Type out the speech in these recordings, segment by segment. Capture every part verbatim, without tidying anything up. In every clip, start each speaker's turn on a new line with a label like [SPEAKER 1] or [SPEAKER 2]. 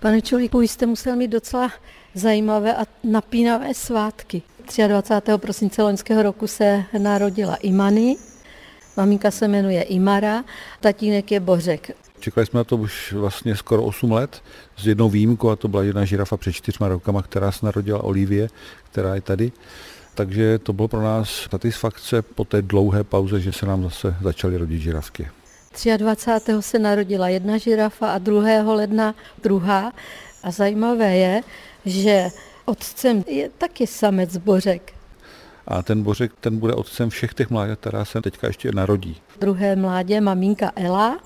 [SPEAKER 1] Pane Čulíku, vy jste musel mít docela zajímavé a napínavé svátky. dvacátého třetího prosince loňského roku se narodila Imany, maminka se jmenuje Imara, tatínek je Bořek.
[SPEAKER 2] Čekali jsme na to už vlastně skoro osm let s jednou výjimkou, a to byla jedna žirafa před čtyřma rokama, která se narodila, Olivie, která je tady. Takže to bylo pro nás satisfakce po té dlouhé pauze, že se nám zase začaly rodit žirafky.
[SPEAKER 1] dvacátého třetího se narodila jedna žirafa a druhého ledna druhá. A zajímavé je, že otcem je taky samec Bořek.
[SPEAKER 2] A ten Bořek, ten bude otcem všech těch mláďat, která se teďka ještě narodí.
[SPEAKER 1] Druhé mládě maminka Ela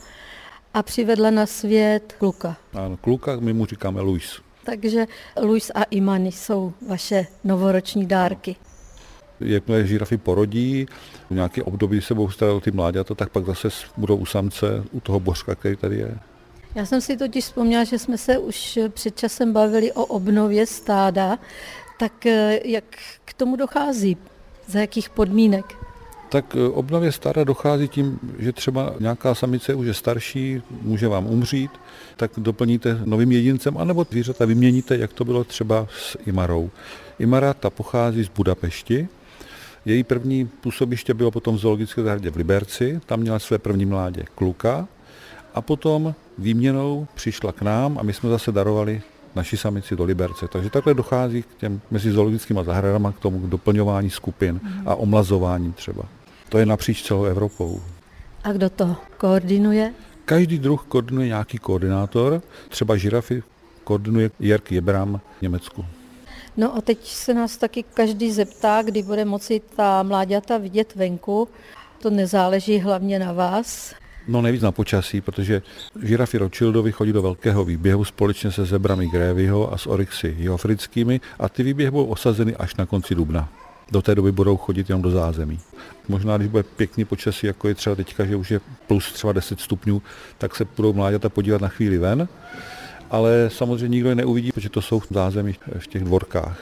[SPEAKER 1] a přivedla na svět kluka.
[SPEAKER 2] Ano, kluka, my mu říkáme Luis.
[SPEAKER 1] Takže Luis a Imany jsou vaše novoroční dárky.
[SPEAKER 2] Jakmile žirafy porodí, v nějaké období se budou starat o ty mláďata, tak pak zase budou u samce, u toho Bořka, který tady je.
[SPEAKER 1] Já jsem si totiž vzpomněla, že jsme se už před časem bavili o obnově stáda, tak jak k tomu dochází? Za jakých podmínek?
[SPEAKER 2] Tak obnově stáda dochází tím, že třeba nějaká samice už je starší, může vám umřít, tak doplníte novým jedincem, anebo zvířata vyměníte, jak to bylo třeba s Imarou. Imara ta pochází z Budapešti. Její první působiště bylo potom v zoologické zahradě v Liberci, tam měla své první mládě kluka a potom výměnou přišla k nám a my jsme zase darovali naši samici do Liberce. Takže takhle dochází k těm mezi zoologickými zahradama k tomu doplňování skupin a omlazováním třeba. To je napříč celou Evropou.
[SPEAKER 1] A kdo to koordinuje?
[SPEAKER 2] Každý druh koordinuje nějaký koordinátor, třeba žirafy koordinuje Jörg Jebram v Německu.
[SPEAKER 1] No a teď se nás taky každý zeptá, kdy bude moci ta mláďata vidět venku. To nezáleží hlavně na vás.
[SPEAKER 2] No nejvíc na počasí, protože žirafy Rothschildovi chodí do velkého výběhu společně se zebrami Grévyho a s oryxy jihoafrickými a ty výběhy budou osazeny až na konci dubna. Do té doby budou chodit jenom do zázemí. Možná, když bude pěkný počasí, jako je třeba teďka, že už je plus třeba deset stupňů, tak se budou mláďata podívat na chvíli ven, ale samozřejmě nikdo je neuvidí, protože to jsou v zázemí v těch dvorkách.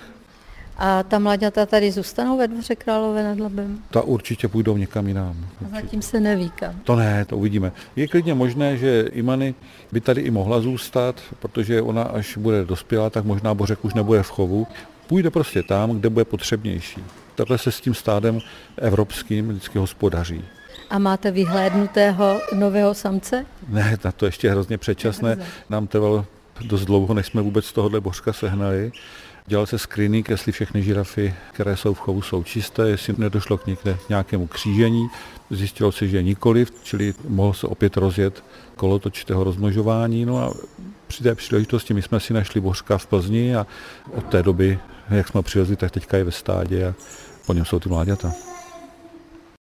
[SPEAKER 1] A ta mláďata tady zůstanou ve Dvoře Králové nad Labem?
[SPEAKER 2] Ta určitě půjdou někam jinam.
[SPEAKER 1] A zatím se neví kam.
[SPEAKER 2] To ne, to uvidíme. Je klidně možné, že Imany by tady i mohla zůstat, protože ona, až bude dospělá, tak možná Bořek už nebude v chovu. Půjde prostě tam, kde bude potřebnější. Takhle se s tím stádem evropským vždycky hospodaří.
[SPEAKER 1] A máte vyhlédnutého nového samce?
[SPEAKER 2] Ne, na to ještě hrozně předčasné. Nám trvalo dost dlouho, než jsme vůbec tohohle Bořka sehnali. Dělal se screening, jestli všechny žirafy, které jsou v chovu, jsou čisté, jestli nedošlo k někde nějakému křížení. Zjistilo se, že nikoliv, čili mohl se opět rozjet kolotoč toho rozmnožování. No a při té příležitosti my jsme si našli Bořka v Plzni a od té doby, jak jsme ho přivezli, tak teďka je ve stádě a po něm jsou ty mláďata.